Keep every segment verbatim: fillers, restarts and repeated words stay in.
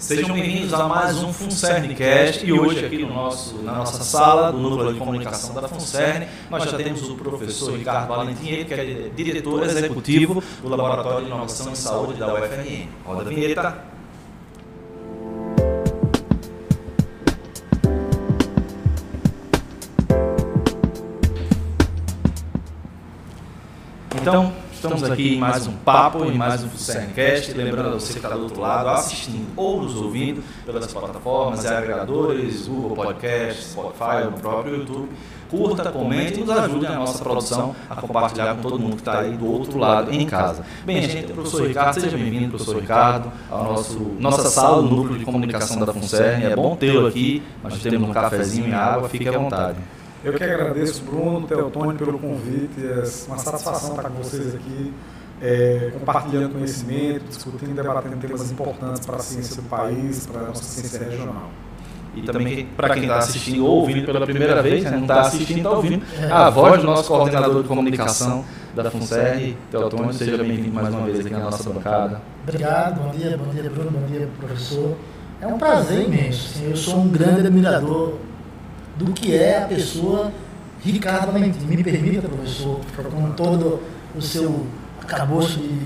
Sejam bem-vindos a mais um FUNCERNcast e hoje aqui no nosso, na nossa sala do Núcleo de Comunicação da FUNCERN nós já temos o professor Ricardo Valentim, ele que é diretor executivo do Laboratório de Inovação em Saúde da U F R N. Roda a vinheta. Então, estamos aqui em mais um papo, em mais um FUNCERNcast, lembrando a você que está do outro lado, assistindo ou nos ouvindo pelas plataformas e agregadores, Google Podcast, Spotify, no próprio YouTube. Curta, comente e nos ajude na nossa produção a compartilhar com todo mundo que está aí do outro lado em casa. Bem, gente, professor Ricardo, seja bem-vindo, professor Ricardo, ao nosso, nossa sala do Núcleo de Comunicação da FUNCERN. É bom tê-lo aqui, nós temos um cafezinho e água, fique à vontade. Eu que agradeço, Bruno, Teotônio, pelo convite. É uma satisfação estar com vocês aqui, é, compartilhando conhecimento, discutindo e debatendo temas importantes para a ciência do país, para a nossa ciência regional. E também, para quem está assistindo ou ouvindo pela primeira vez, né, não está assistindo, está ouvindo, a voz do nosso coordenador de comunicação da FUNCERN, Teotônio, seja bem-vindo mais uma vez aqui na nossa bancada. Obrigado, bom dia, bom dia, Bruno, bom dia, professor. É um prazer imenso, assim, eu sou um grande admirador do que é a pessoa Ricardo Valentim. Me permita, professor, com todo o seu acabouço de,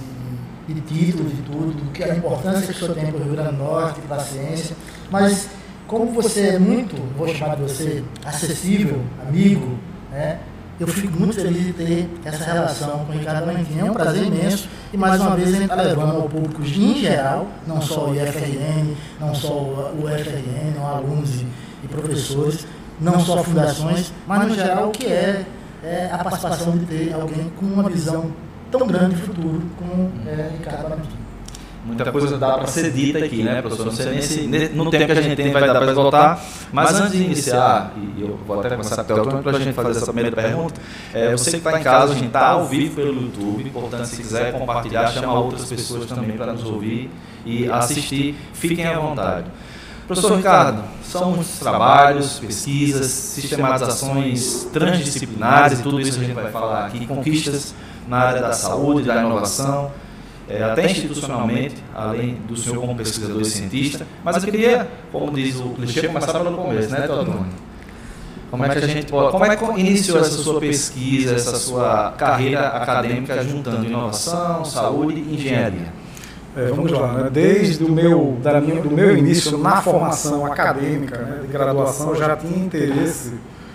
de, de títulos e tudo, do que a importância que o senhor tem para o Rio Grande do Norte, para a ciência, mas como você é muito, vou chamar de você, acessível, amigo, né, eu fico muito feliz de ter essa relação com o Ricardo Valentim. É um prazer imenso e, mais uma vez, a gente está levando ao público em geral, não só o I F R N, não só o U F R N, não alunos e e professores, não só fundações, mas no geral o que é, é a participação de ter alguém com uma visão tão grande de futuro como é Ricardo Valentim. Muita coisa dá para ser dita aqui, né, professor? Não sei nem se no tempo que a gente tem vai dar para esgotar, mas antes de iniciar, e eu vou até começar com o Teotônio para a gente fazer essa primeira pergunta, é, você que está em casa, a gente está ao vivo pelo YouTube, portanto, se quiser compartilhar, chama outras pessoas também para nos ouvir e assistir, fiquem à vontade. Professor Ricardo, são muitos trabalhos, pesquisas, sistematizações transdisciplinares, e tudo isso a gente vai falar aqui, conquistas na área da saúde, da inovação, é, até institucionalmente, além do senhor como pesquisador e cientista. Mas eu queria, como diz o clichê, começar pelo começo, né, Teotônio? Como é que a gente pode, como é que iniciou essa sua pesquisa, essa sua carreira acadêmica juntando inovação, saúde e engenharia? É, vamos lá, né? Desde o meu, da minha, do meu início na formação acadêmica, né, de graduação, eu já tinha interesse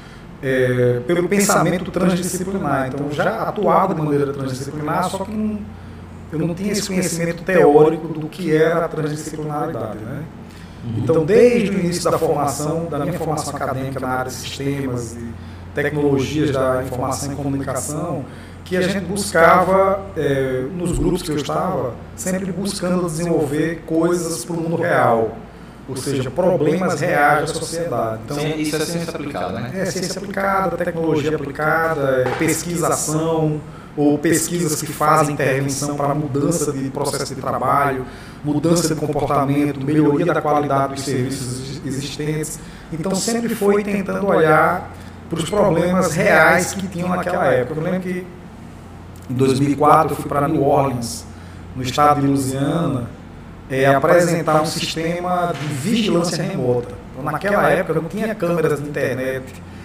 é, pelo pensamento transdisciplinar. Então, já atuava de maneira transdisciplinar, só que não, eu não tinha esse conhecimento teórico do que era a transdisciplinaridade, né? Então, desde o início da formação, da minha formação acadêmica na área de sistemas e tecnologias da informação e comunicação, que a gente buscava, é, nos grupos que eu estava, sempre buscando desenvolver coisas para o mundo real, ou seja, problemas reais da sociedade. Então, isso é ciência aplicada, né? É ciência aplicada, tecnologia aplicada, é, pesquisação, ou pesquisas que fazem intervenção para mudança de processo de trabalho, mudança de comportamento, melhoria da qualidade dos serviços existentes. Então, sempre foi tentando olhar para os problemas reais que tinham naquela época. Eu lembro que em dois mil e quatro, eu fui para New Orleans, no estado de Louisiana, é, apresentar um sistema de vigilância remota. Então, naquela época, não tinha câmeras de internet,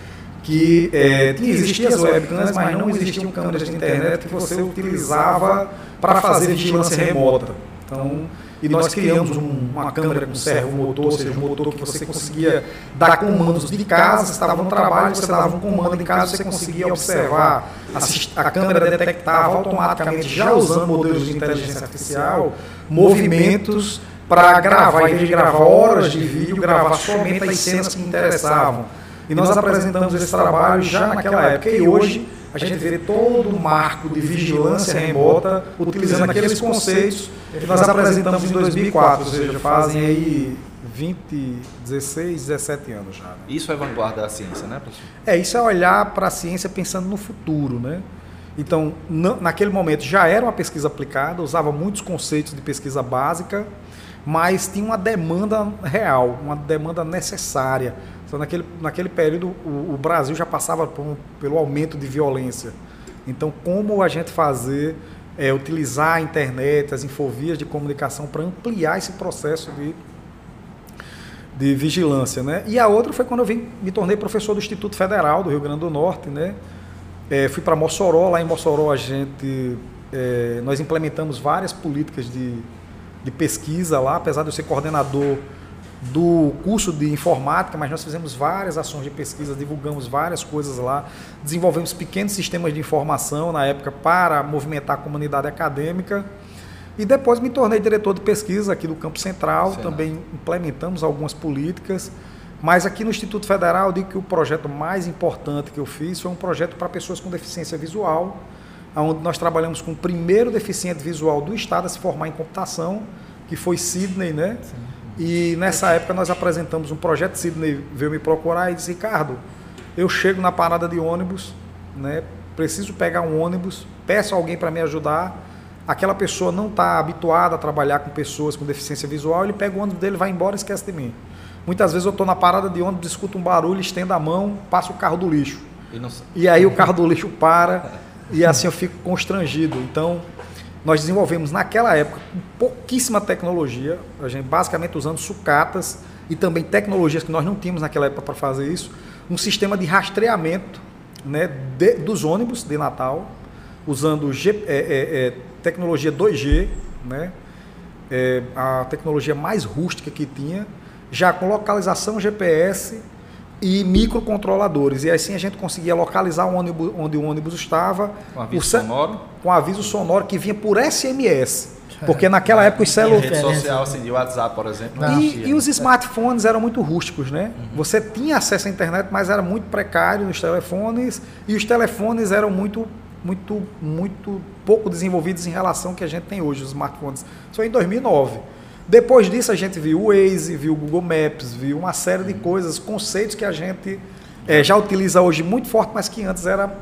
que é, tinha, existiam as webcams, mas não existiam câmeras de internet que você utilizava para fazer vigilância remota. Então, e nós criamos um, uma câmera com servomotor, ou seja, um motor que você conseguia dar comandos de casa, você estava no trabalho, você dava um comando de casa, você conseguia observar, assist, a câmera detectava automaticamente, já usando modelos de inteligência artificial, movimentos para gravar, em vez de gravar horas de vídeo, gravar somente as cenas que interessavam. E nós apresentamos esse trabalho já naquela época, e hoje a gente vê todo o marco de vigilância remota utilizando aqueles conceitos que nós apresentamos em dois mil e quatro, ou seja, fazem aí vinte, dezesseis, dezessete anos já. Né? Isso é vanguarda da ciência, né, professor? É, isso é olhar para a ciência pensando no futuro, né? Então, naquele momento já era uma pesquisa aplicada, usava muitos conceitos de pesquisa básica, mas tinha uma demanda real, uma demanda necessária. Então, naquele, naquele período, o, o Brasil já passava por, pelo aumento de violência. Então, como a gente fazer é, utilizar a internet, as infovias de comunicação para ampliar esse processo de, de vigilância, né? E a outra foi quando eu vim, me tornei professor do Instituto Federal do Rio Grande do Norte, né? É, fui para Mossoró, lá em Mossoró a gente, é, nós implementamos várias políticas de, de pesquisa lá, apesar de eu ser coordenador do curso de informática, mas nós fizemos várias ações de pesquisa, divulgamos várias coisas lá, desenvolvemos pequenos sistemas de informação na época para movimentar a comunidade acadêmica e depois me tornei diretor de pesquisa aqui do Campo Central, Sim, também implementamos algumas políticas, mas aqui no Instituto Federal eu digo que o projeto mais importante que eu fiz foi um projeto para pessoas com deficiência visual, onde nós trabalhamos com o primeiro deficiente visual do estado a se formar em computação, que foi Sidney, né? Sim. E nessa época nós apresentamos um projeto, Sidney veio me procurar e disse, Ricardo, eu chego na parada de ônibus, né, preciso pegar um ônibus, peço alguém para me ajudar, aquela pessoa não está habituada a trabalhar com pessoas com deficiência visual, ele pega o ônibus dele, vai embora e esquece de mim. Muitas vezes eu estou na parada de ônibus, escuto um barulho, estendo a mão, passa o carro do lixo. E, não... e aí o carro do lixo para e assim eu fico constrangido. Então, nós desenvolvemos naquela época com pouquíssima tecnologia, a gente basicamente usando sucatas e também tecnologias que nós não tínhamos naquela época para fazer isso, um sistema de rastreamento, né, de, dos ônibus de Natal, usando G, é, é, é, tecnologia dois G, né, é, a tecnologia mais rústica que tinha, já com localização G P S e microcontroladores. E assim a gente conseguia localizar o ônibus, onde o ônibus estava. Com aviso sonoro? Com aviso sonoro que vinha por S M S. Porque naquela época os celulares... rede social, assim, de WhatsApp, por exemplo. Não e, existia, e os smartphones eram muito rústicos, né? Uhum. Você tinha acesso à internet, mas era muito precário nos telefones. E os telefones eram muito, muito, muito pouco desenvolvidos em relação ao que a gente tem hoje, os smartphones. Isso foi em dois mil e nove. Depois disso a gente viu o Waze, viu o Google Maps, viu uma série de coisas, conceitos que a gente é, já utiliza hoje muito forte, mas que antes era,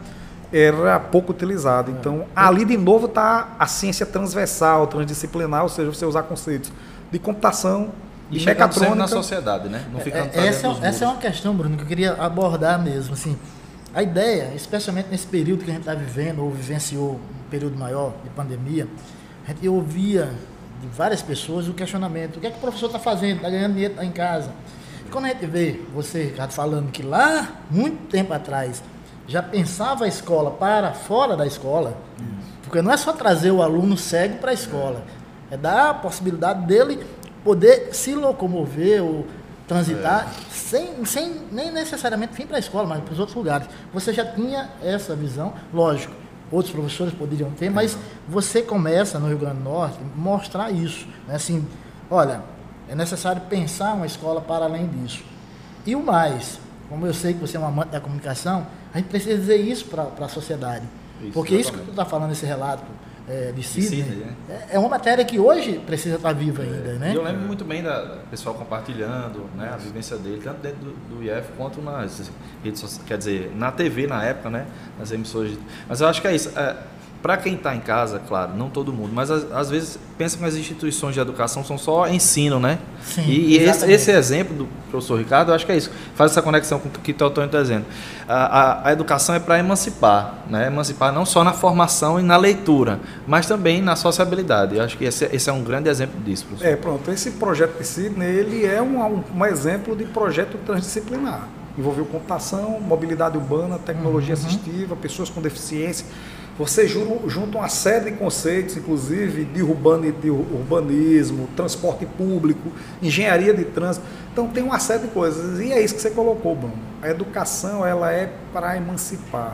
era pouco utilizado. Então, ali de novo está a ciência transversal, transdisciplinar, ou seja, você usar conceitos de computação, de e mecatrônica. na sociedade, né? Não fica é, essa, essa é uma questão, Bruno, que eu queria abordar mesmo. Assim, a ideia, especialmente nesse período que a gente está vivendo, ou vivenciou um período maior de pandemia, a gente ouvia de várias pessoas o questionamento, o que é que o professor está fazendo, está ganhando dinheiro, está em casa. E quando a gente vê você, Ricardo, falando que lá, muito tempo atrás, já pensava a escola para fora da escola, isso. Porque não é só trazer o aluno cego para a escola, é dar a possibilidade dele poder se locomover ou transitar é. sem, sem nem necessariamente vir para a escola, mas para os outros lugares. Você já tinha essa visão, lógico. Outros professores poderiam ter, mas você começa no Rio Grande do Norte a mostrar isso. Né? Assim, olha, é necessário pensar uma escola para além disso. E o mais, como eu sei que você é um amante da comunicação, a gente precisa dizer isso para a sociedade. Isso, porque exatamente. Isso que tu está falando, esse relato é, de Sidney, de Sidney é. é uma matéria que hoje precisa estar viva ainda. É. Né? Eu lembro muito bem da pessoal compartilhando, né, a vivência dele, tanto dentro do, do I F quanto nas redes sociais, quer dizer, na T V na época, né, nas emissoras. De... Mas eu acho que é isso. É, para quem está em casa, claro, não todo mundo, mas às, às vezes pensa que as instituições de educação são só ensino, né? Sim, e e esse, esse exemplo do professor Ricardo, eu acho que é isso, faz essa conexão com o que o Antônio está dizendo. A, a, a educação é para emancipar, né? Emancipar não só na formação e na leitura, mas também na sociabilidade. Eu acho que esse, esse é um grande exemplo disso, professor. É, pronto, esse projeto de Sidney, ele é um, um, um exemplo de projeto transdisciplinar. Envolveu computação, mobilidade urbana, tecnologia uhum. assistiva, pessoas com deficiência. Você junta uma série de conceitos, inclusive de, urbani, de urbanismo, transporte público, engenharia de trânsito. Então tem uma série de coisas. E é isso que você colocou, Bruno. A educação ela é para emancipar.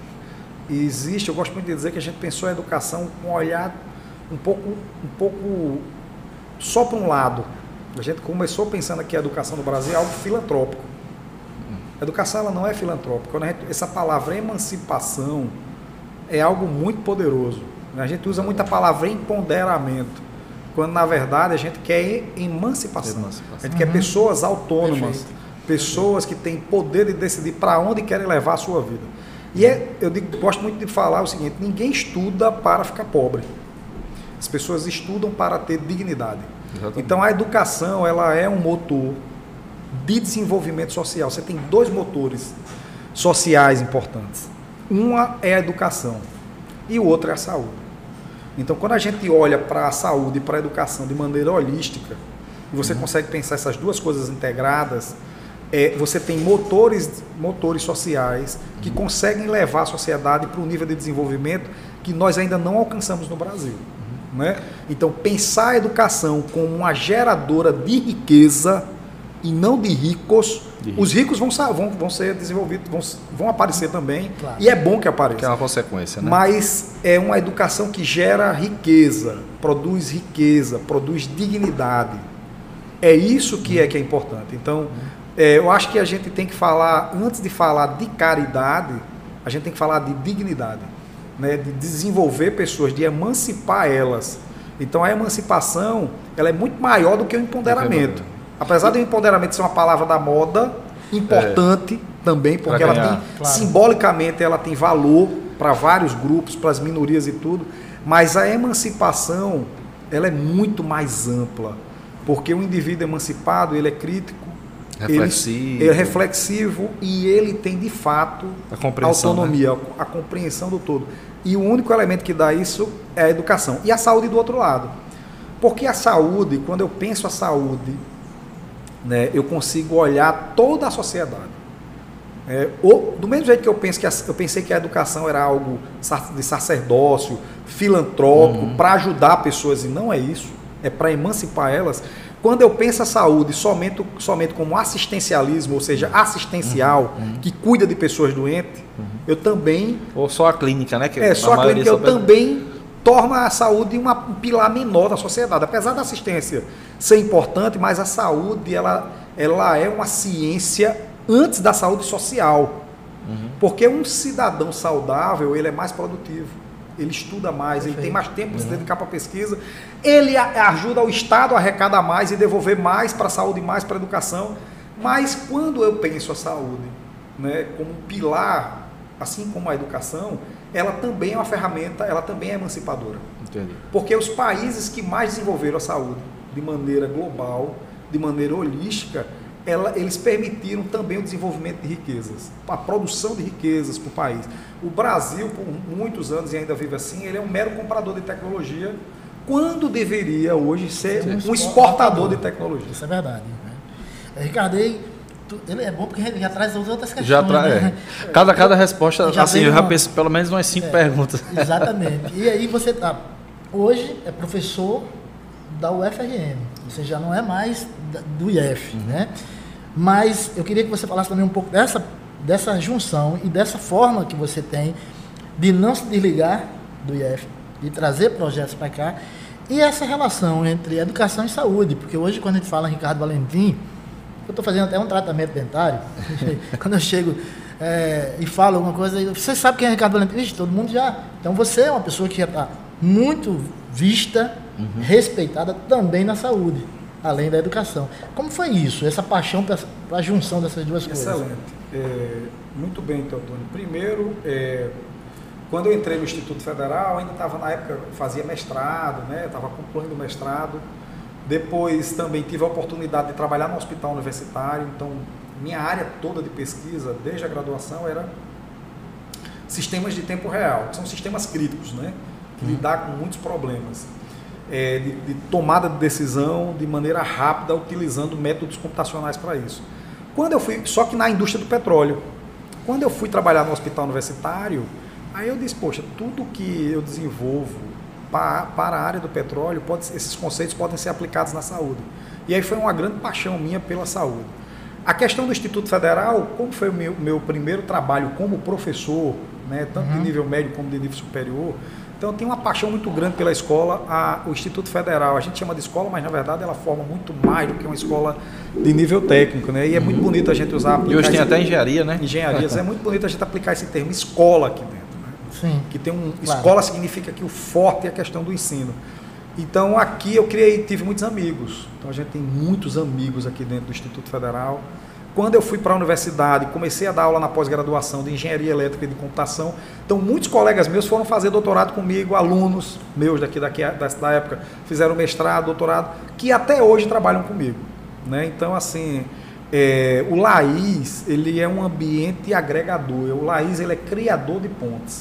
E existe, eu gosto muito de dizer que a gente pensou a educação com um olhar um pouco, um pouco só para um lado. A gente começou pensando que a educação no Brasil é algo filantrópico. A educação ela não é filantrópica. Quando a gente, essa palavra emancipação é algo muito poderoso. A gente usa muita palavra empoderamento, quando na verdade a gente quer emancipação. emancipação. A gente uhum. quer pessoas autônomas, Perfeito. pessoas que têm poder de decidir para onde querem levar a sua vida. E é, eu digo, gosto muito de falar o seguinte: ninguém estuda para ficar pobre. As pessoas estudam para ter dignidade. Exatamente. Então a educação ela é um motor de desenvolvimento social. Você tem dois motores sociais importantes. Uma é a educação e o outro é a saúde. Então, quando a gente olha para a saúde e para a educação de maneira holística, e você uhum. consegue pensar essas duas coisas integradas, é, você tem motores, motores sociais que uhum. conseguem levar a sociedade para um nível de desenvolvimento que nós ainda não alcançamos no Brasil. Uhum. Né? Então, pensar a educação como uma geradora de riqueza e não de ricos. De os ricos vão, vão, vão ser desenvolvidos, vão, vão aparecer também, claro. E é bom que apareça. Que é uma consequência, né? Mas é uma educação que gera riqueza, produz riqueza, produz dignidade. É isso que é que é importante. Então, é, eu acho que a gente tem que falar, antes de falar de caridade, a gente tem que falar de dignidade, né? De desenvolver pessoas, de emancipar elas. Então, a emancipação, ela é muito maior do que o empoderamento. Apesar do empoderamento ser uma palavra da moda, importante é. também, porque ela tem, claro. simbolicamente, ela tem valor para vários grupos, para as minorias e tudo, mas a emancipação, ela é muito mais ampla, porque o indivíduo emancipado, ele é crítico, reflexivo, ele, ele é reflexivo e ele tem, de fato, a autonomia, né? a compreensão do todo. E o único elemento que dá isso é a educação. E a saúde do outro lado. Porque a saúde, quando eu penso a saúde, né, eu consigo olhar toda a sociedade. É, ou, do mesmo jeito que eu, penso que a, eu pensei que a educação era algo de sacerdócio, filantrópico, uhum. para ajudar pessoas, e não é isso, é para emancipar elas. Quando eu penso a saúde somente, somente como assistencialismo, ou seja, assistencial, uhum. que cuida de pessoas doentes, uhum. eu também... Ou só a clínica, né? Que é, só a clínica, eu também... torna a saúde uma, um pilar menor da sociedade. Apesar da assistência ser importante, mas a saúde ela, ela é uma ciência antes da saúde social. Uhum. Porque um cidadão saudável, ele é mais produtivo, ele estuda mais, Perfeito. Ele tem mais tempo para uhum. se dedicar para a pesquisa, ele a, ajuda o Estado a arrecadar mais e devolver mais para a saúde e mais para a educação. Mas quando eu penso a saúde, né, como um pilar, assim como a educação, ela também é uma ferramenta, ela também é emancipadora. Entendi. Porque os países que mais desenvolveram a saúde de maneira global, de maneira holística, ela, eles permitiram também o desenvolvimento de riquezas, a produção de riquezas para o país. O Brasil, por muitos anos e ainda vive assim, ele é um mero comprador de tecnologia, quando deveria hoje ser Sim, um exportador de tecnologia. Isso é verdade. Né? Ricardo, aí... ele é bom porque ele já traz as outras questões. Já tra... né? é. Cada, cada resposta, já assim, eu já uma... penso pelo menos umas cinco é, perguntas. Exatamente. E aí você tá, hoje é professor da U F R N, você já não é mais do I F, uhum. né? Mas eu queria que você falasse também um pouco dessa, dessa junção e dessa forma que você tem de não se desligar do I F, de trazer projetos para cá, e essa relação entre educação e saúde, porque hoje quando a gente fala em Ricardo Valentim, eu estou fazendo até um tratamento dentário, quando eu chego é, e falo alguma coisa, você sabe quem é Ricardo Valentim? Vixe, todo mundo já. Então você é uma pessoa que já está muito vista, uhum. respeitada também na saúde, além da educação. Como foi isso, essa paixão para a junção dessas duas Excelente. coisas? Excelente. É, muito bem, então, Antônio. Primeiro, é, quando eu entrei no Instituto Federal, ainda estava na época, fazia mestrado, né? Estava concluindo o mestrado. Depois também tive a oportunidade de trabalhar no hospital universitário, então minha área toda de pesquisa, desde a graduação, era sistemas de tempo real, que são sistemas críticos, né? Que uhum. lidar com muitos problemas, é, de, de tomada de decisão de maneira rápida, utilizando métodos computacionais para isso. Quando eu fui, só que na indústria do petróleo, quando eu fui trabalhar no hospital universitário, aí eu disse, poxa, tudo que eu desenvolvo para a área do petróleo, pode, esses conceitos podem ser aplicados na saúde. E aí foi uma grande paixão minha pela saúde. A questão do Instituto Federal, como foi o meu, meu primeiro trabalho como professor, né, tanto uhum. de nível médio como de nível superior, então eu tenho uma paixão muito grande pela escola. A, o Instituto Federal, a gente chama de escola, mas na verdade ela forma muito mais do que uma escola de nível técnico, né? E é muito bonito a gente usar... E hoje tem até engenharia, né? Engenharias, é muito bonito a gente aplicar esse termo escola aqui dentro. Sim, que tem um claro. Escola significa que o forte é a questão do ensino. Então aqui eu criei, tive muitos amigos. Então a gente tem muitos amigos aqui dentro do Instituto Federal. Quando eu fui para a universidade, comecei a dar aula na pós-graduação de engenharia elétrica e de computação. Então muitos colegas meus foram fazer doutorado comigo, alunos meus daqui, daqui da época fizeram mestrado, doutorado, que até hoje trabalham comigo, né? Então assim, é, o Laís, ele é um ambiente agregador. O Laís, ele é criador de pontes.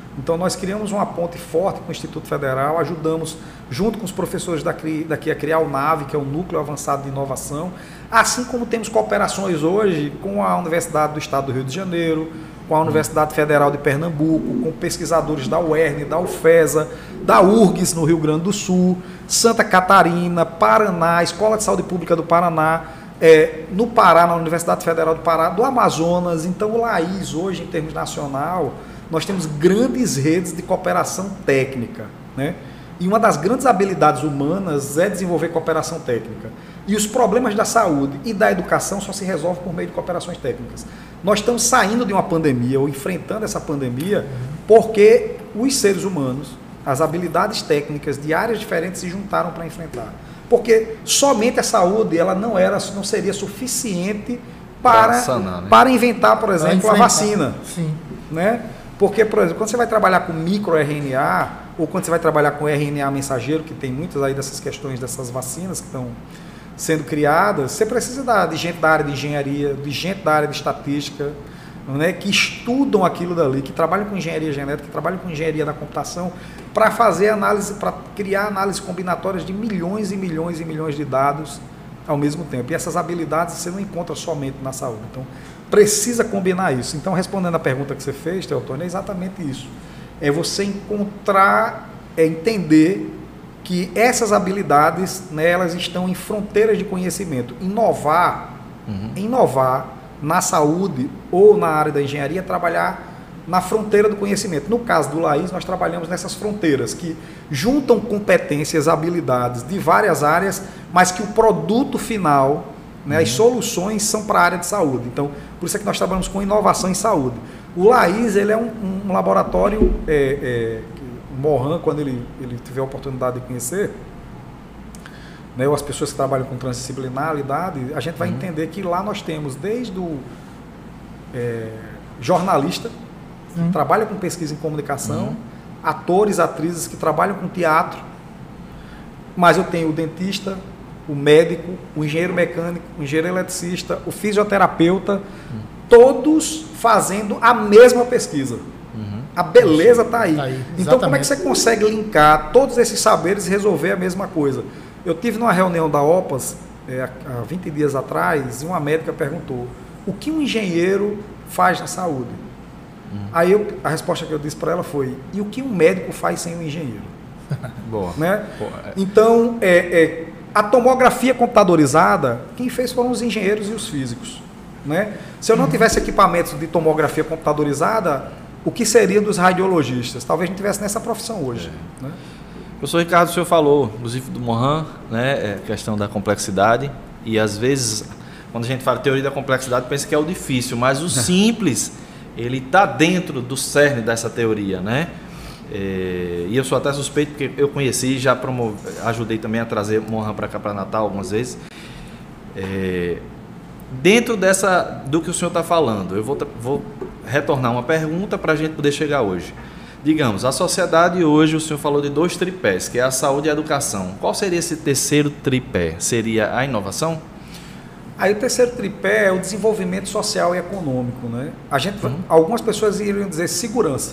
Então, nós criamos uma ponte forte com o Instituto Federal, ajudamos, junto com os professores daqui, daqui a criar o NAVE, que é o Núcleo Avançado de Inovação, assim como temos cooperações hoje com a Universidade do Estado do Rio de Janeiro, com a Universidade Federal de Pernambuco, com pesquisadores da U E R N, da UFESA, da U R G S no Rio Grande do Sul, Santa Catarina, Paraná, Escola de Saúde Pública do Paraná, é, no Pará, na Universidade Federal do Pará, do Amazonas. Então, o LAIS, hoje, em termos nacional, nós temos grandes redes de cooperação técnica, né? E uma das grandes habilidades humanas é desenvolver cooperação técnica. E os problemas da saúde e da educação só se resolvem por meio de cooperações técnicas. Nós estamos saindo de uma pandemia, ou enfrentando essa pandemia, porque os seres humanos, as habilidades técnicas de áreas diferentes se juntaram para enfrentar. Porque somente a saúde ela não, era, não seria suficiente para, sanar, né? para inventar, por exemplo, a vacina. Sim. Né? Porque, por exemplo, quando você vai trabalhar com microRNA, ou quando você vai trabalhar com R N A mensageiro, que tem muitas aí dessas questões dessas vacinas que estão sendo criadas, você precisa da, de gente da área de engenharia, de gente da área de estatística, né, que estudam aquilo dali, que trabalham com engenharia genética, que trabalham com engenharia da computação, para fazer análise, para criar análises combinatórias de milhões e milhões e milhões de dados ao mesmo tempo. E essas habilidades você não encontra somente na saúde. Então, precisa combinar isso. Então, respondendo a pergunta que você fez, Teotônio, é exatamente isso. É você encontrar, é entender que essas habilidades, né, elas estão em fronteiras de conhecimento. Inovar, uhum. inovar na saúde ou na área da engenharia, trabalhar na fronteira do conhecimento. No caso do LAIS, nós trabalhamos nessas fronteiras que juntam competências, habilidades de várias áreas, mas que o produto final, né, uhum. as soluções são para a área de saúde. Então, por isso é que nós trabalhamos com inovação em saúde. O LAIS, ele é um, um laboratório, é, é, o Mohan, quando ele, ele tiver a oportunidade de conhecer, né, ou as pessoas que trabalham com transdisciplinaridade, a gente vai uhum. entender que lá nós temos desde o é, jornalista, que uhum. trabalha com pesquisa em comunicação, uhum. atores, atrizes que trabalham com teatro, mas eu tenho o dentista, o médico, o engenheiro mecânico, o engenheiro eletricista, o fisioterapeuta, uhum. todos fazendo a mesma pesquisa. Uhum. A beleza está aí. Tá aí. Então, como é que você consegue linkar todos esses saberes e resolver a mesma coisa? Eu tive numa reunião da OPAS, é, há vinte dias atrás, e uma médica perguntou, o que um engenheiro faz na saúde? Uhum. Aí eu, a resposta que eu disse para ela foi, e o que um médico faz sem um engenheiro? Boa. Né? Boa. Então, é, é, a tomografia computadorizada, quem fez foram os engenheiros e os físicos. Né? Se eu não tivesse equipamentos de tomografia computadorizada, o que seria dos radiologistas? Talvez não tivesse nessa profissão hoje. É. Né? Professor Ricardo, o senhor falou, inclusive do Mohan, né, é, questão da complexidade, e às vezes, quando a gente fala teoria da complexidade, pensa que é o difícil, mas o simples, ele está dentro do cerne dessa teoria, né? É, e eu sou até suspeito, porque eu conheci, já promove, ajudei também a trazer o Mohan para cá, para Natal, algumas vezes. É, dentro dessa, do que o senhor está falando, eu vou, vou retornar uma pergunta para a gente poder chegar hoje. Digamos, a sociedade hoje, o senhor falou de dois tripés, que é a saúde e a educação. Qual seria esse terceiro tripé? Seria a inovação? Aí o terceiro tripé é o desenvolvimento social e econômico, né? A gente, uhum. Algumas pessoas iriam dizer segurança.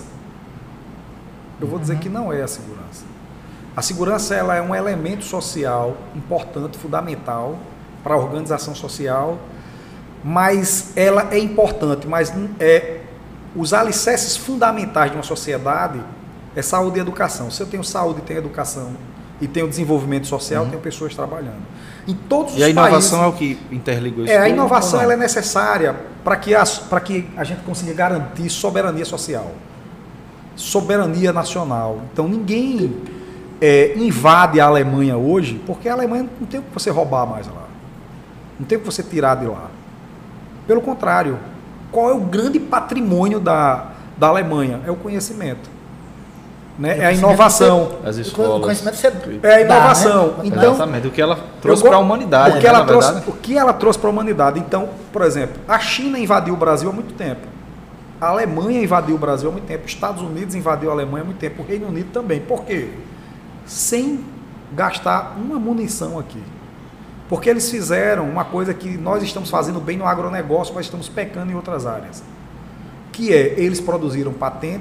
Eu vou dizer uhum. que não é a segurança. A segurança ela é um elemento social importante, fundamental para a organização social, mas ela é importante, mas é os alicerces fundamentais de uma sociedade é saúde e educação. Se eu tenho saúde e tenho educação e tenho desenvolvimento social, uhum. tenho pessoas trabalhando. Em todos os e a inovação países, é o que interliga isso? É, a inovação ela é necessária para que, para que a gente consiga garantir soberania social, soberania nacional. Então ninguém é, invade a Alemanha hoje, porque a Alemanha não tem o que você roubar mais lá. Não tem o que você tirar de lá. Pelo contrário, qual é o grande patrimônio da, da Alemanha? É o conhecimento. Né? É, é a inovação. As escolas. O conhecimento você é a inovação. Dá, né? Então, exatamente. O que ela trouxe para a humanidade. O que, né, ela trouxe, o que ela trouxe para a humanidade. Então, por exemplo, a China invadiu o Brasil há muito tempo. A Alemanha invadiu o Brasil há muito tempo. Os Estados Unidos invadiu a Alemanha há muito tempo. O Reino Unido também. Por quê? Sem gastar uma munição aqui. Porque eles fizeram uma coisa que nós estamos fazendo bem no agronegócio, mas estamos pecando em outras áreas. Que é, eles produziram patentes,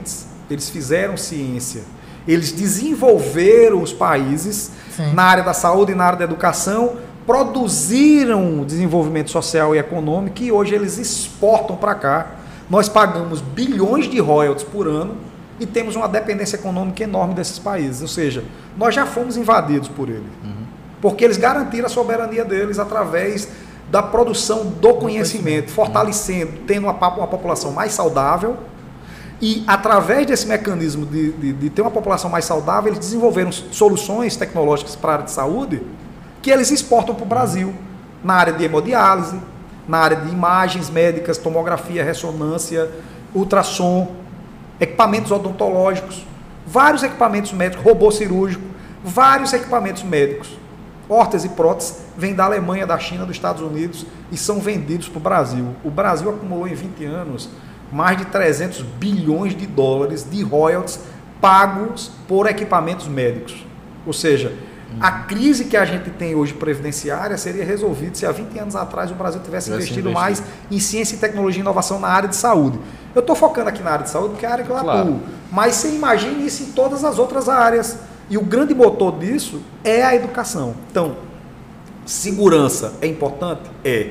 eles fizeram ciência, eles desenvolveram os países Sim. na área da saúde e na área da educação, produziram desenvolvimento social e econômico e hoje eles exportam para cá. Nós pagamos bilhões de royalties por ano e temos uma dependência econômica enorme desses países. Ou seja, nós já fomos invadidos por eles. Uhum. Porque eles garantiram a soberania deles através da produção do conhecimento, fortalecendo, tendo uma, uma população mais saudável. E através desse mecanismo de, de, de ter uma população mais saudável, eles desenvolveram soluções tecnológicas para a área de saúde que eles exportam para o Brasil, na área de hemodiálise, na área de imagens médicas, tomografia, ressonância, ultrassom, equipamentos odontológicos, vários equipamentos médicos, robô cirúrgico, vários equipamentos médicos, órteses e próteses, vêm da Alemanha, da China, dos Estados Unidos e são vendidos para o Brasil. O Brasil acumulou em vinte anos mais de trezentos bilhões de dólares de royalties pagos por equipamentos médicos. Ou seja, a crise que a gente tem hoje previdenciária seria resolvida se há vinte anos atrás o Brasil tivesse investido mais em ciência, tecnologia e inovação na área de saúde. Eu estou focando aqui na área de saúde porque é a área que eu claro. atuo, mas você imagine isso em todas as outras áreas. E o grande motor disso é a educação. Então, segurança é importante? É.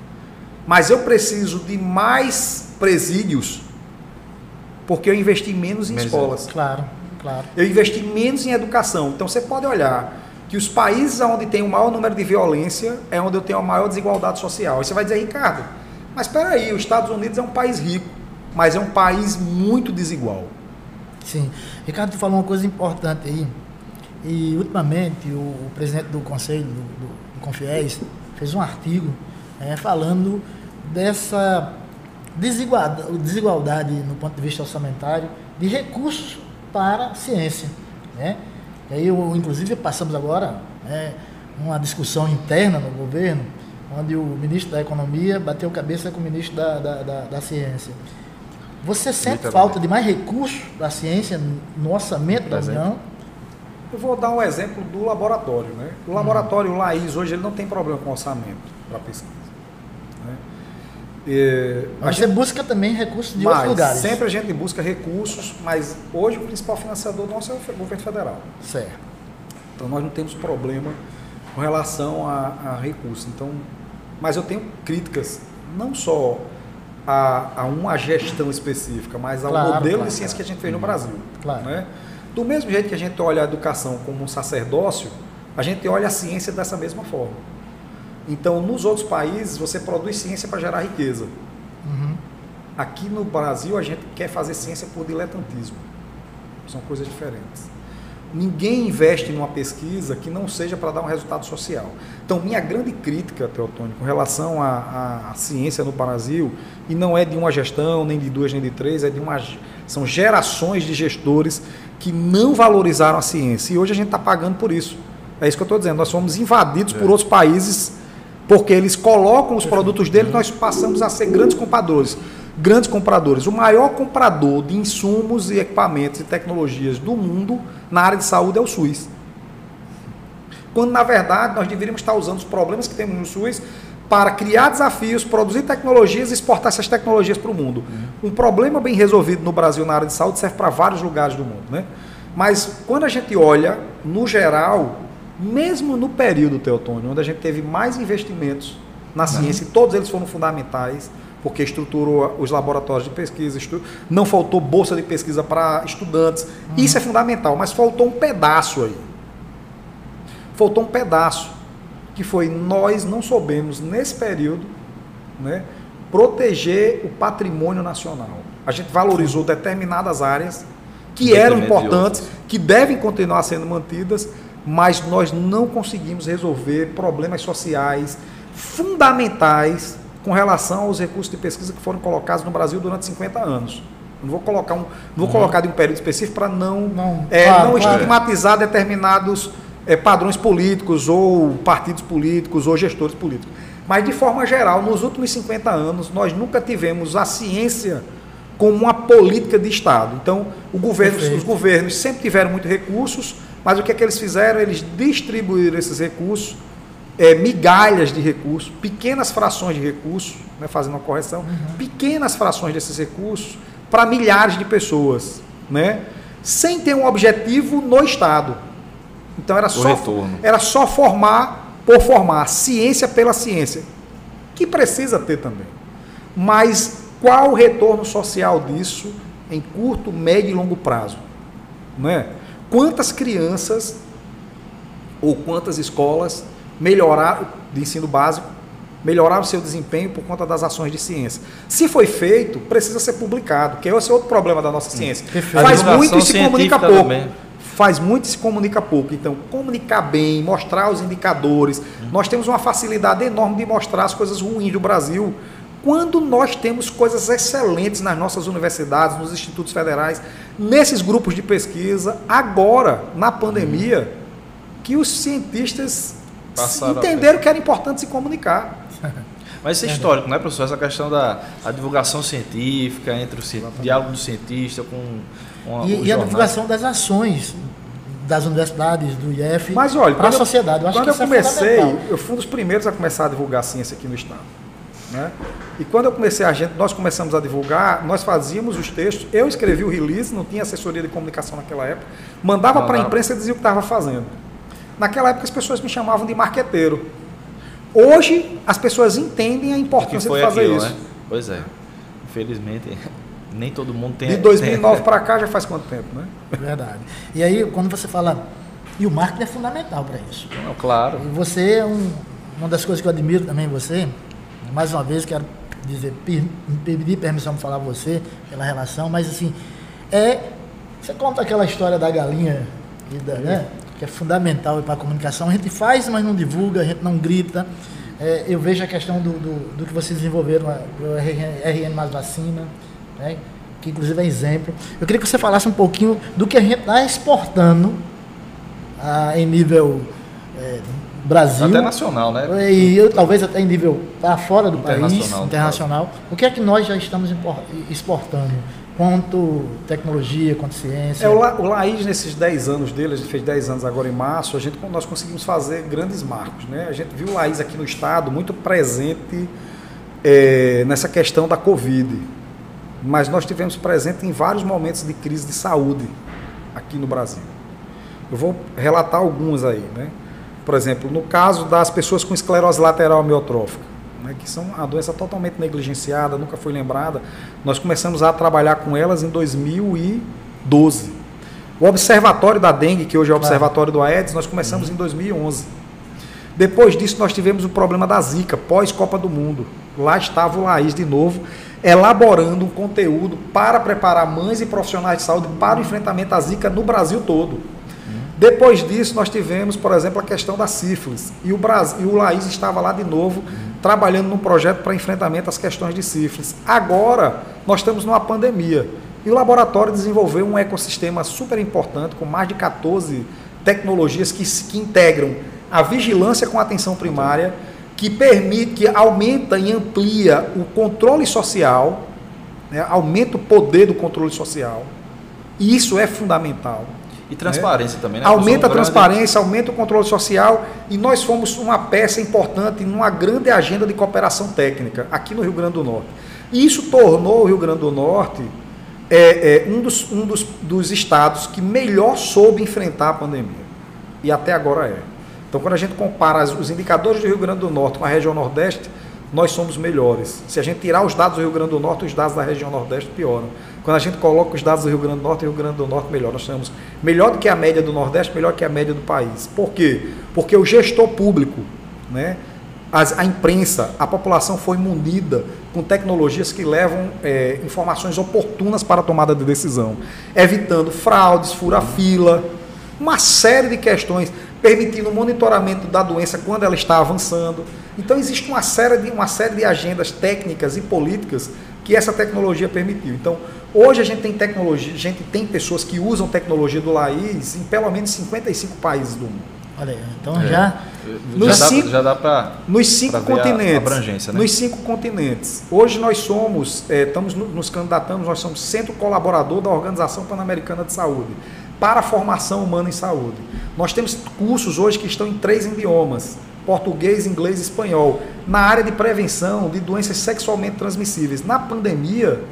Mas eu preciso de mais presídios porque eu investi menos em Mesmo. escolas. Claro, claro. Eu investi menos em educação. Então, você pode olhar que os países onde tem o maior número de violência é onde eu tenho a maior desigualdade social. Aí você vai dizer, Ricardo, mas espera aí, os Estados Unidos é um país rico, mas é um país muito desigual. Sim. Ricardo, tu falou uma coisa importante aí. E, ultimamente, o, o presidente do Conselho, do, do, do Confies, fez um artigo é, falando dessa desigualdade, desigualdade, no ponto de vista orçamentário, de recursos para a ciência. Né? E aí, eu, inclusive, passamos agora é, uma discussão interna no governo, onde o ministro da Economia bateu cabeça com o ministro da, da, da, da Ciência. Você sente falta de mais recursos da ciência no orçamento da União? Eu vou dar um exemplo do laboratório. Né? O laboratório hum. Laís, hoje, ele não tem problema com orçamento para pesquisa. Né? E, mas você gente, busca também recursos de mas outros lugares. Sempre a gente busca recursos, mas hoje o principal financiador nosso é o governo federal. Certo. Então nós não temos problema com relação a, a recursos. Então, mas eu tenho críticas, não só a, a uma gestão específica, mas ao claro, modelo claro, de ciência claro. que a gente fez no Brasil. Claro. Né? Do mesmo jeito que a gente olha a educação como um sacerdócio, a gente olha a ciência dessa mesma forma. Então, nos outros países, você produz ciência para gerar riqueza. Uhum. Aqui no Brasil, a gente quer fazer ciência por diletantismo. São coisas diferentes. Ninguém investe numa pesquisa que não seja para dar um resultado social. Então, minha grande crítica, Teotônio, com relação à, à ciência no Brasil, e não é de uma gestão, nem de duas, nem de três, é de uma, são gerações de gestores que não valorizaram a ciência. E hoje a gente está pagando por isso. É isso que eu estou dizendo. Nós somos invadidos é. por outros países porque eles colocam os produtos deles, nós passamos a ser grandes compradores. Grandes compradores. O maior comprador de insumos e equipamentos e tecnologias do mundo na área de saúde é o SUS. Quando, na verdade, nós deveríamos estar usando os problemas que temos no SUS para criar desafios, produzir tecnologias e exportar essas tecnologias para o mundo. Uhum. Um problema bem resolvido no Brasil na área de saúde serve para vários lugares do mundo. Né? Mas, quando a gente olha, no geral, mesmo no período, Teotônio, onde a gente teve mais investimentos na ciência, uhum. e todos eles foram fundamentais, porque estruturou os laboratórios de pesquisa, estu... não faltou bolsa de pesquisa para estudantes. Uhum. Isso é fundamental, mas faltou um pedaço aí. Faltou um pedaço, que foi nós não soubemos, nesse período, né, proteger o patrimônio nacional. A gente valorizou determinadas áreas que eram importantes, que devem continuar sendo mantidas, mas nós não conseguimos resolver problemas sociais fundamentais com relação aos recursos de pesquisa que foram colocados no Brasil durante cinquenta anos. Não vou colocar, um, não vou uhum. colocar de um período específico para não, não, é, claro, não estigmatizar claro. determinados é, padrões políticos ou partidos políticos ou gestores políticos. Mas, de forma geral, nos últimos cinquenta anos, nós nunca tivemos a ciência como uma política de Estado. Então, o governo, os governos sempre tiveram muitos recursos, mas o que é que eles fizeram? Eles distribuíram esses recursos, É, migalhas de recursos, pequenas frações de recursos, né, fazendo uma correção, uhum. pequenas frações desses recursos para milhares de pessoas. né, sem ter um objetivo no Estado. Então era só, era só formar por formar, ciência pela ciência, que precisa ter também. Mas qual o retorno social disso em curto, médio e longo prazo? Não é? Quantas crianças ou quantas escolas melhoraram, de ensino básico, melhoraram seu desempenho por conta das ações de ciência? Se foi feito, precisa ser publicado, que esse é outro problema da nossa ciência. Perfeito. Faz muito e se comunica pouco. Também. Faz muito e se comunica pouco. Então, comunicar bem, mostrar os indicadores. Hum. Nós temos uma facilidade enorme de mostrar as coisas ruins do Brasil, quando nós temos coisas excelentes nas nossas universidades, nos institutos federais, nesses grupos de pesquisa, agora, na pandemia, que os cientistas Passaram entenderam que era importante se comunicar. Mas isso é histórico, né, professor? Essa questão da a divulgação científica, entre o diálogo do cientista com uma, e, e a divulgação das ações das universidades, do I F, para a sociedade. Eu acho quando que eu isso comecei, é eu fui um dos primeiros a começar a divulgar a ciência aqui no Estado. Né? E quando eu comecei a gente, nós começamos a divulgar, nós fazíamos os textos, eu escrevi o release, não tinha assessoria de comunicação naquela época, mandava para a imprensa e dizia o que estava fazendo. Naquela época as pessoas me chamavam de marqueteiro. Hoje as pessoas entendem a importância de fazer aquilo, isso. Né? Pois é. Infelizmente, nem todo mundo tem... De dois mil e nove para cá já faz quanto tempo, né? Verdade. E aí, quando você fala... E o marketing é fundamental para isso. Não, claro. E você é um, uma das coisas que eu admiro também em você, mais uma vez quero dizer, pedir permissão para falar você, pela relação, mas assim, é... Você conta aquela história da galinha, e da, né? Que é fundamental para a comunicação. A gente faz, mas não divulga, a gente não grita. É, eu vejo a questão do, do, do que vocês desenvolveram, o R N mais vacina, né, que inclusive é exemplo. Eu queria que você falasse um pouquinho do que a gente está exportando ah, em nível é, Brasil. Até nacional, né? E eu, talvez até em nível para fora do país, internacional. internacional. O que é que nós já estamos exportando? Quanto tecnologia, quanto ciência? É, o, La, o Laís, nesses dez anos dele, a gente fez dez anos agora em março, a gente, nós conseguimos fazer grandes marcos. Né? A gente viu o Laís aqui no Estado muito presente é, nessa questão da Covid. Mas nós tivemos presente em vários momentos de crise de saúde aqui no Brasil. Eu vou relatar alguns aí. Né? Por exemplo, no caso das pessoas com esclerose lateral amiotrófica, né, que são uma doença totalmente negligenciada, nunca foi lembrada. Nós começamos a trabalhar com elas em dois mil e doze. O Observatório da Dengue, que hoje é o Observatório do Aedes, nós começamos em dois mil e onze. Depois disso, nós tivemos o problema da Zika, pós-Copa do Mundo. Lá estava o Laís de novo, elaborando um conteúdo para preparar mães e profissionais de saúde para o enfrentamento à Zika no Brasil todo. Depois disso, nós tivemos, por exemplo, a questão da sífilis. E o, Brasil, e o Laís estava lá de novo, trabalhando num projeto para enfrentamento às questões de sífilis. Agora, nós estamos numa pandemia. E o laboratório desenvolveu um ecossistema super importante, com mais de quatorze tecnologias que, que integram a vigilância com a atenção primária, que permite, que aumenta e amplia o controle social, né, aumenta o poder do controle social. E isso é fundamental. E transparência, né? Também, né? Aumenta a transparência, aumenta o controle social, e nós fomos uma peça importante numa grande agenda de cooperação técnica aqui no Rio Grande do Norte. E isso tornou o Rio Grande do Norte é, é, um, dos, um dos, dos estados que melhor soube enfrentar a pandemia. E até agora é. Então, quando a gente compara os indicadores do Rio Grande do Norte com a região Nordeste, nós somos melhores. Se a gente tirar os dados do Rio Grande do Norte, os dados da região Nordeste pioram. Quando a gente coloca os dados do Rio Grande do Norte, o Rio Grande do Norte melhor. Nós estamos melhor do que a média do Nordeste, melhor que a média do país. Por quê? Porque o gestor público, né, as, a imprensa, a população foi munida com tecnologias que levam é, informações oportunas para a tomada de decisão, evitando fraudes, fura-fila, uma série de questões, permitindo o monitoramento da doença quando ela está avançando. Então, existe uma série de, uma série de agendas técnicas e políticas que essa tecnologia permitiu. Então, hoje a gente tem tecnologia, a gente tem pessoas que usam tecnologia do Laís em pelo menos cinquenta e cinco países do mundo. Olha aí, então é. já... Nos já, cinco, dá, já dá para nos cinco continentes, a abrangência, né? Nos cinco continentes. Hoje nós somos, é, estamos nos candidatamos, nós somos centro colaborador da Organização Pan-Americana de Saúde para a formação humana em saúde. Nós temos cursos hoje que estão em três idiomas, português, inglês e espanhol, na área de prevenção de doenças sexualmente transmissíveis. Na pandemia,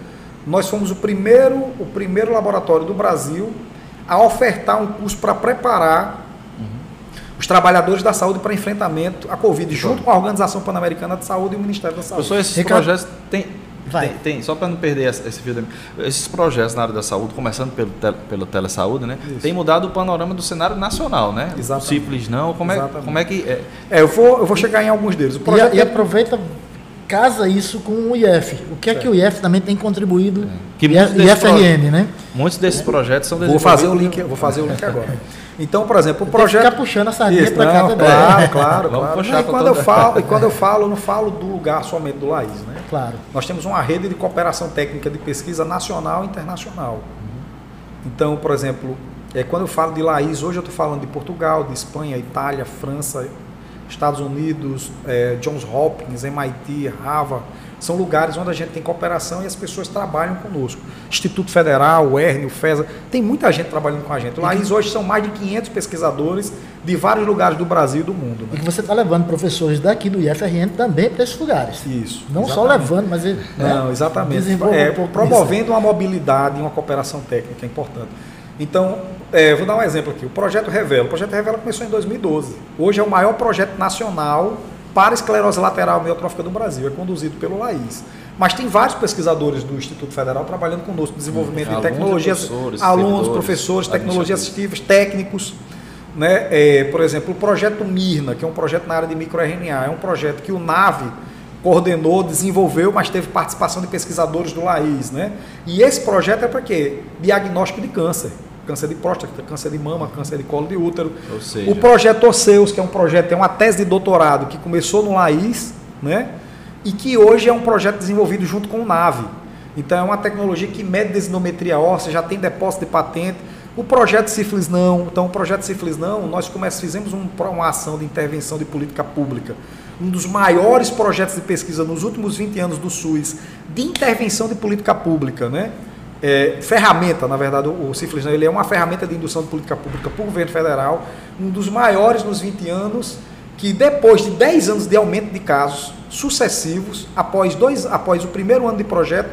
nós fomos o primeiro, o primeiro laboratório do Brasil a ofertar um curso para preparar uhum. os trabalhadores da saúde para enfrentamento à Covid, junto com a Organização Pan-Americana de Saúde e o Ministério da Saúde. Professor, esses Ricardo, projetos têm, tem, tem, só para não perder esse fio da... Esses projetos na área da saúde, começando pelo, tele, pelo Telesaúde, né, tem mudado o panorama do cenário nacional, né? Exatamente. Sífilis não, como é, como é que... É, é eu, vou, eu vou chegar em alguns deles. O projeto e, e aproveita... casa isso com o I F. O que é, é que o I F também tem contribuído? É. Que I F R M, né? Muitos desses projetos são vou fazer o link, vou fazer o link agora. Então, por exemplo, o projeto ficar puxando a sardinha para cá também. Claro, claro, claro. Não, e quando eu falo, e quando eu falo, eu não falo do lugar somente do Laís, né? Claro. Nós temos uma rede de cooperação técnica de pesquisa nacional e internacional. Uhum. Então, por exemplo, é, quando eu falo de Laís, hoje eu estou falando de Portugal, de Espanha, Itália, França, Estados Unidos, é, Johns Hopkins, M I T, Harvard, são lugares onde a gente tem cooperação e as pessoas trabalham conosco. Instituto Federal, o E R N, o FESA, tem muita gente trabalhando com a gente. O Laís hoje são mais de quinhentos pesquisadores de vários lugares do Brasil e do mundo. Né? E que você está levando professores daqui do I F R N também para esses lugares. Isso. Não exatamente. Só levando, mas... Ele, Não, né, exatamente. É, um promovendo uma mobilidade e uma cooperação técnica importante. Então, é, vou dar um exemplo aqui. O Projeto Revela. O Projeto Revela começou em dois mil e doze. Hoje é o maior projeto nacional para esclerose lateral amiotrófica do Brasil. É conduzido pelo Laís. Mas tem vários pesquisadores do Instituto Federal trabalhando conosco no desenvolvimento hum, de tecnologias, professores, alunos, professores, tecnologias assistivas, técnicos. Né? É, por exemplo, o Projeto Mirna, que é um projeto na área de microR N A, é um projeto que o NAVE coordenou, desenvolveu, mas teve participação de pesquisadores do Laís, né? E esse projeto é para quê? Diagnóstico de câncer. Câncer de próstata, câncer de mama, câncer de colo de útero. Ou seja... O projeto Orceus, que é um projeto, é uma tese de doutorado que começou no Laís, né? E que hoje é um projeto desenvolvido junto com o NAVE. Então é uma tecnologia que mede densitometria óssea, já tem depósito de patente. O projeto Sífilis Não, então o projeto Sífilis Não, nós começamos, fizemos um, uma ação de intervenção de política pública, um dos maiores projetos de pesquisa nos últimos vinte anos do SUS, de intervenção de política pública, né? É, ferramenta, na verdade, o, o Sífilis Não, ele é uma ferramenta de indução de política pública para o governo federal, um dos maiores nos vinte anos, que depois de dez anos de aumento de casos sucessivos, após, dois, após o primeiro ano de projeto,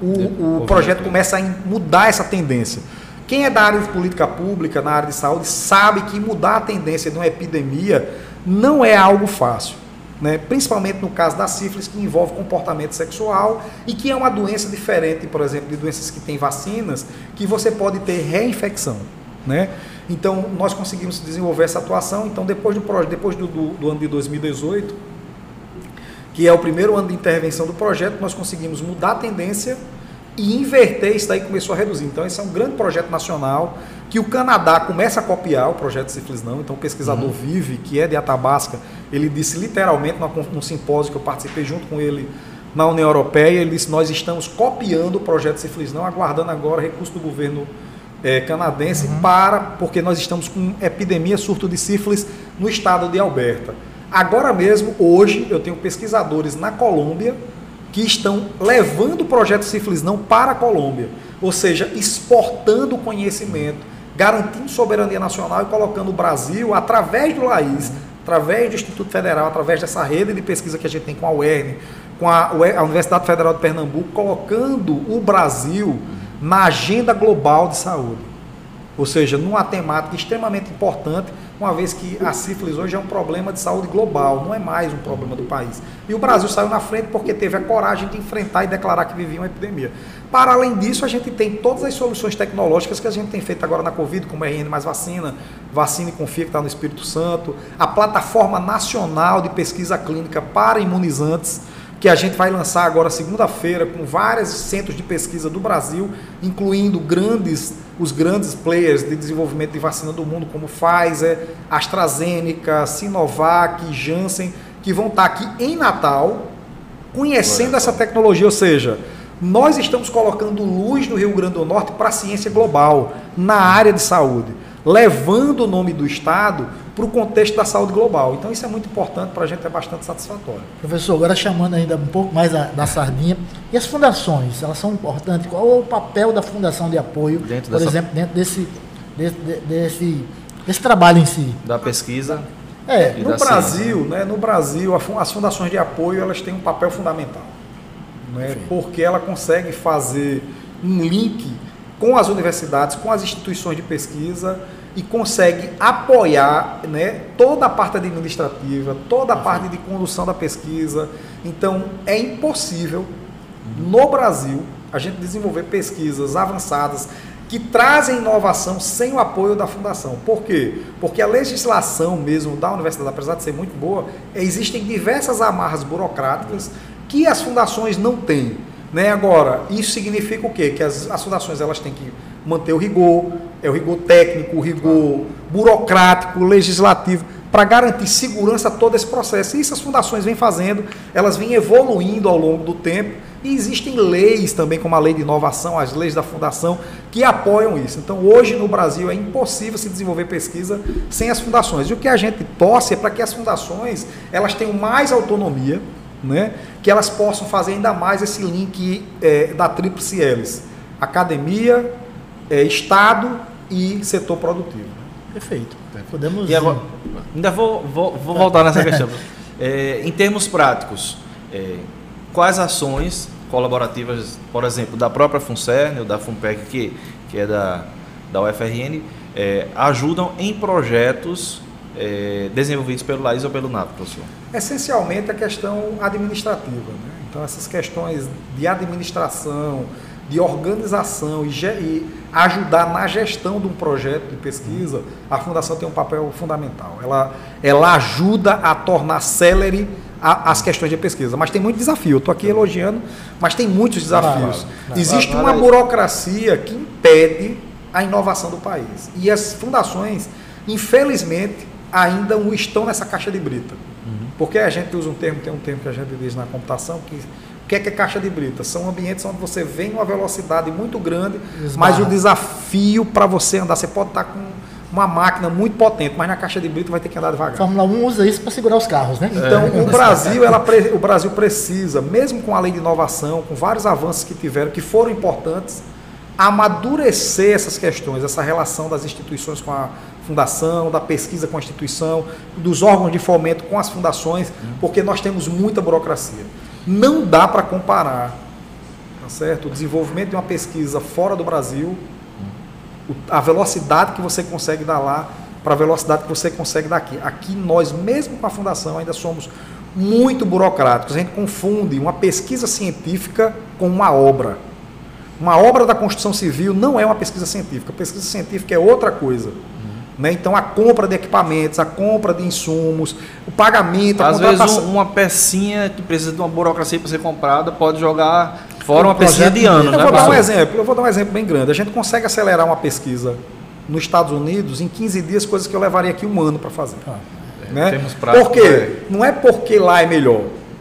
o, o projeto começa a mudar essa tendência. Quem é da área de política pública, na área de saúde, sabe que mudar a tendência de uma epidemia não é algo fácil, né? Principalmente no caso da sífilis, que envolve comportamento sexual e que é uma doença diferente, por exemplo, de doenças que têm vacinas, que você pode ter reinfecção, né? Então, nós conseguimos desenvolver essa atuação. Então, depois do, depois do, do, do ano de dois mil e dezoito, que é o primeiro ano de intervenção do projeto, nós conseguimos mudar a tendência e inverter, isso daí começou a reduzir. Então, esse é um grande projeto nacional que o Canadá começa a copiar, o projeto Sífilis Não. Então, o pesquisador uhum. Vive, que é de Athabasca, ele disse literalmente num simpósio que eu participei junto com ele na União Europeia, ele disse: nós estamos copiando o projeto Sífilis Não, aguardando agora recurso do governo é, canadense, uhum. para, porque nós estamos com epidemia, surto de sífilis no estado de Alberta. Agora mesmo, hoje, eu tenho pesquisadores na Colômbia que estão levando o projeto Sífilis Não para a Colômbia, ou seja, exportando o conhecimento, garantindo soberania nacional e colocando o Brasil, através do Laís, através do Instituto Federal, através dessa rede de pesquisa que a gente tem com a U E R N, com a, a Universidade Federal de Pernambuco, colocando o Brasil na agenda global de saúde. Ou seja, numa temática extremamente importante, uma vez que a sífilis hoje é um problema de saúde global, não é mais um problema do país. E o Brasil saiu na frente porque teve a coragem de enfrentar e declarar que vivia uma epidemia. Para além disso, a gente tem todas as soluções tecnológicas que a gente tem feito agora na Covid, como R N mais vacina, Vacina e Confia, que está no Espírito Santo, a plataforma nacional de pesquisa clínica para imunizantes, que a gente vai lançar agora segunda-feira com vários centros de pesquisa do Brasil, incluindo grandes, os grandes players de desenvolvimento de vacina do mundo, como Pfizer, AstraZeneca, Sinovac, Janssen, que vão estar aqui em Natal, conhecendo essa tecnologia. Ou seja, nós estamos colocando luz no Rio Grande do Norte para a ciência global, na área de saúde, levando o nome do Estado para o contexto da saúde global. Então isso é muito importante, para a gente é bastante satisfatório. Professor, agora chamando ainda um pouco mais a, da sardinha, e as fundações, elas são importantes? Qual é o papel da fundação de apoio, dentro por dessa... exemplo, dentro desse, desse, desse, desse trabalho em si? Da pesquisa. É, no Brasil, né, no Brasil, as fundações de apoio, elas têm um papel fundamental, né, porque ela consegue fazer um link com as universidades, com as instituições de pesquisa e consegue apoiar, né, toda a parte administrativa, toda a parte de condução da pesquisa. Então, é impossível, no Brasil, a gente desenvolver pesquisas avançadas que trazem inovação sem o apoio da fundação. Por quê? Porque a legislação mesmo da universidade, apesar de ser muito boa, existem diversas amarras burocráticas que as fundações não têm. Né? Agora, isso significa o quê? Que as, as fundações elas têm que manter o rigor, é o rigor técnico, o rigor burocrático, legislativo, para garantir segurança a todo esse processo. E isso as fundações vêm fazendo, elas vêm evoluindo ao longo do tempo, e existem leis também, como a lei de inovação, as leis da fundação, que apoiam isso. Então, hoje no Brasil é impossível se desenvolver pesquisa sem as fundações. E o que a gente torce é para que as fundações elas tenham mais autonomia, né? Que elas possam fazer ainda mais esse link é, da tríplice hélice: academia, é, Estado e setor produtivo. Perfeito. Podemos. E agora, ainda vou, vou, vou voltar nessa questão. É, em termos práticos, é, quais ações colaborativas, por exemplo, da própria FUNCERN ou da FUNPEC, que, que é da, da U F R N, é, ajudam em projetos é, desenvolvidos pelo LAIS ou pelo N A P, professor? Essencialmente a questão administrativa, né? Então, essas questões de administração, de organização e, e ajudar na gestão de um projeto de pesquisa, a Fundação tem um papel fundamental. Ela, ela ajuda a tornar célere a, as questões de pesquisa. Mas tem muito desafio. Eu estou aqui elogiando, mas tem muitos desafios. Não, não, Existe não, não, uma burocracia que impede a inovação do país. E as fundações, infelizmente, ainda estão nessa caixa de brita. Uhum. Porque a gente usa um termo, tem um termo que a gente diz na computação, que o que é, que é caixa de brita? São ambientes onde você vem uma velocidade muito grande, Esbarra. mas o desafio para você andar, você pode estar com uma máquina muito potente, mas na caixa de brita vai ter que andar devagar. A Fórmula um usa isso para segurar os carros, né? Então, é. o, Brasil, ela, o Brasil precisa, mesmo com a lei de inovação, com vários avanços que tiveram, que foram importantes, amadurecer essas questões, essa relação das instituições com a fundação, da pesquisa com a instituição, dos órgãos de fomento com as fundações, porque nós temos muita burocracia. Não dá para comparar, tá certo? O desenvolvimento de uma pesquisa fora do Brasil, a velocidade que você consegue dar lá, para a velocidade que você consegue daqui. Aqui nós, mesmo com a fundação, ainda somos muito burocráticos. A gente confunde uma pesquisa científica com uma obra. Uma obra da construção civil não é uma pesquisa científica. A pesquisa científica é outra coisa. Né? Então, a compra de equipamentos, a compra de insumos, o pagamento, a Às vezes, um, uma pecinha que precisa de uma burocracia para ser comprada pode jogar fora uma pecinha de anos. Eu né, vou dar um exemplo, eu vou dar um exemplo bem grande. A gente consegue acelerar uma pesquisa nos Estados Unidos em quinze dias, coisas que eu levaria aqui um ano para fazer. Ah, é, né? Temos prática, Por quê? É. Não é porque lá é melhor.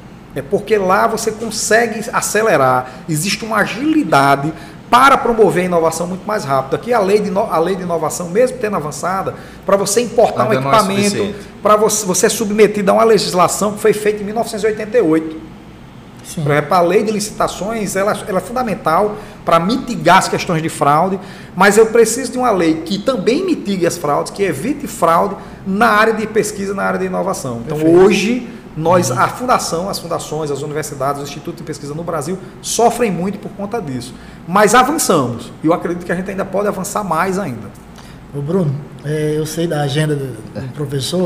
É porque lá você consegue acelerar. Existe uma agilidade para promover a inovação muito mais rápido. Aqui a lei de, a lei de inovação, mesmo tendo avançada, para você importar Ainda um equipamento, é para você, você é submetido a uma legislação que foi feita em mil novecentos e oitenta e oito. Sim. Por exemplo, a lei de licitações ela, ela é fundamental para mitigar as questões de fraude, mas eu preciso de uma lei que também mitigue as fraudes, que evite fraude na área de pesquisa, na área de inovação. Então, Perfeito. hoje, nós, a fundação, as fundações, as universidades, os institutos de pesquisa no Brasil sofrem muito por conta disso. Mas avançamos. E eu acredito que a gente ainda pode avançar mais ainda. Ô Bruno, é, eu sei da agenda do, do professor,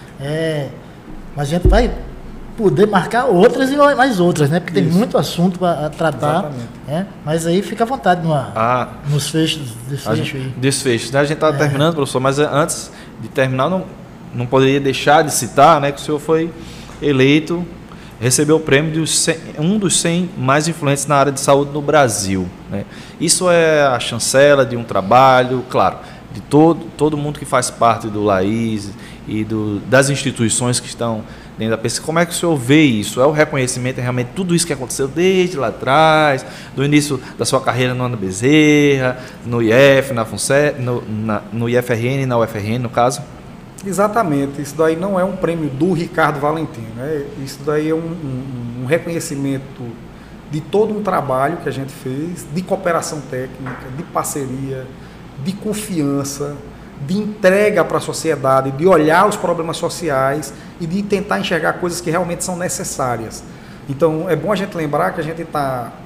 é, mas a gente vai poder marcar outras e mais outras, né? Porque Isso. tem muito assunto para tratar. Né? Mas aí fica à vontade numa, ah, nos fechos, desfechos aí. Desfechos. Né? A gente está é. terminando, professor, mas antes de terminar, não, não poderia deixar de citar, né, que o senhor foi eleito, recebeu o prêmio de cem, um dos cem mais influentes na área de saúde no Brasil. Né? Isso é a chancela de um trabalho, claro, de todo, todo mundo que faz parte do LAIS e do, das instituições que estão dentro da pesquisa. Como é que o senhor vê isso? É o reconhecimento, é realmente tudo isso que aconteceu desde lá atrás, do início da sua carreira no Ana Bezerra, no I F, na FUNCERN, no, na, no I F R N, na U F R N, no caso? Exatamente, isso daí não é um prêmio do Ricardo Valentim, né? Isso daí é um, um, um reconhecimento de todo um trabalho que a gente fez, de cooperação técnica, de parceria, de confiança, de entrega para a sociedade, de olhar os problemas sociais e de tentar enxergar coisas que realmente são necessárias. Então, é bom a gente lembrar que a gente está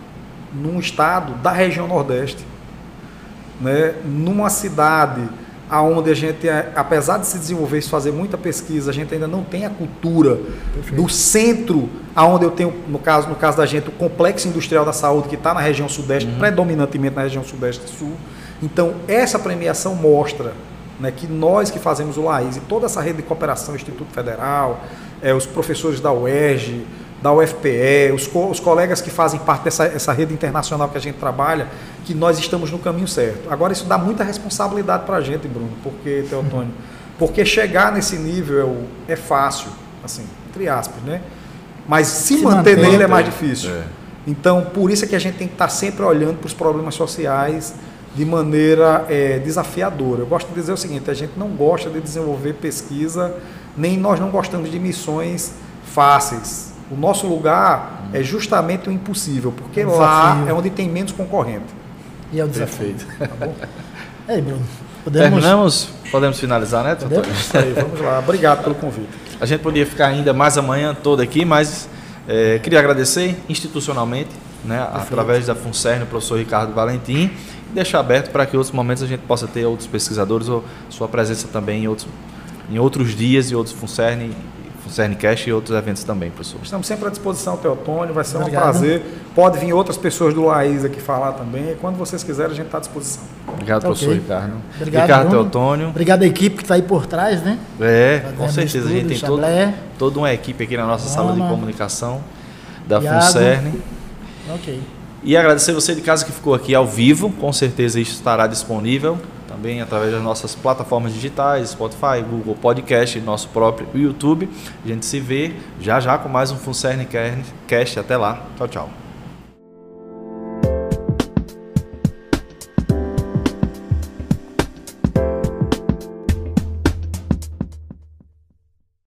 num estado da região Nordeste, né? Numa cidade onde a gente, apesar de se desenvolver e fazer muita pesquisa, a gente ainda não tem a cultura Perfeito. Do centro, onde eu tenho, no caso, no caso da gente, o complexo industrial da saúde, que está na região Sudeste, uhum. predominantemente na região Sudeste e Sul. Então, essa premiação mostra, né, que nós que fazemos o LAIS e toda essa rede de cooperação, Instituto Federal, é, os professores da U E R J, da U F P E, os, co os colegas que fazem parte dessa essa rede internacional que a gente trabalha, que nós estamos no caminho certo. Agora, isso dá muita responsabilidade para a gente, Bruno, porque, Teotônio, porque chegar nesse nível é fácil, assim, entre aspas, né? Mas se, se manter, manter nele é mais difícil. É. Então, por isso é que a gente tem que estar sempre olhando para os problemas sociais de maneira é, desafiadora. Eu gosto de dizer o seguinte, a gente não gosta de desenvolver pesquisa, nem nós não gostamos de missões fáceis. O nosso lugar hum. é justamente o impossível, porque um lá é onde tem menos concorrente. E é o desafio. Perfeito. Tá bom? E aí, Bruno? Podemos... Terminamos? Podemos finalizar, né, Podemos? Isso aí, vamos lá. Obrigado pelo convite. A gente poderia ficar ainda mais a manhã toda aqui, mas é, queria agradecer institucionalmente, né, através da FUNCERN, o professor Ricardo Valentim, e deixar aberto para que em outros momentos a gente possa ter outros pesquisadores ou sua presença também em outros, em outros dias e outros FUNCERN, FUNCERNcast e outros eventos também, professor. Estamos sempre à disposição, Teotônio, vai ser Obrigado. Um prazer. Pode vir outras pessoas do LAIS aqui falar também. Quando vocês quiserem, a gente está à disposição. Obrigado, okay. professor Ricardo. Obrigado, Ricardo Bruno. Teotônio. Obrigado à equipe que está aí por trás, né? É, Fazendo com certeza. estudo, a gente tem todo, toda uma equipe aqui na nossa Roma, sala de comunicação da Iago. FUNCERN. Ok. E agradecer você de casa que ficou aqui ao vivo. Com certeza isso estará disponível também através das nossas plataformas digitais, Spotify, Google Podcast e nosso próprio YouTube. A gente se vê já já com mais um FUNCERNcast. Até lá. Tchau, tchau.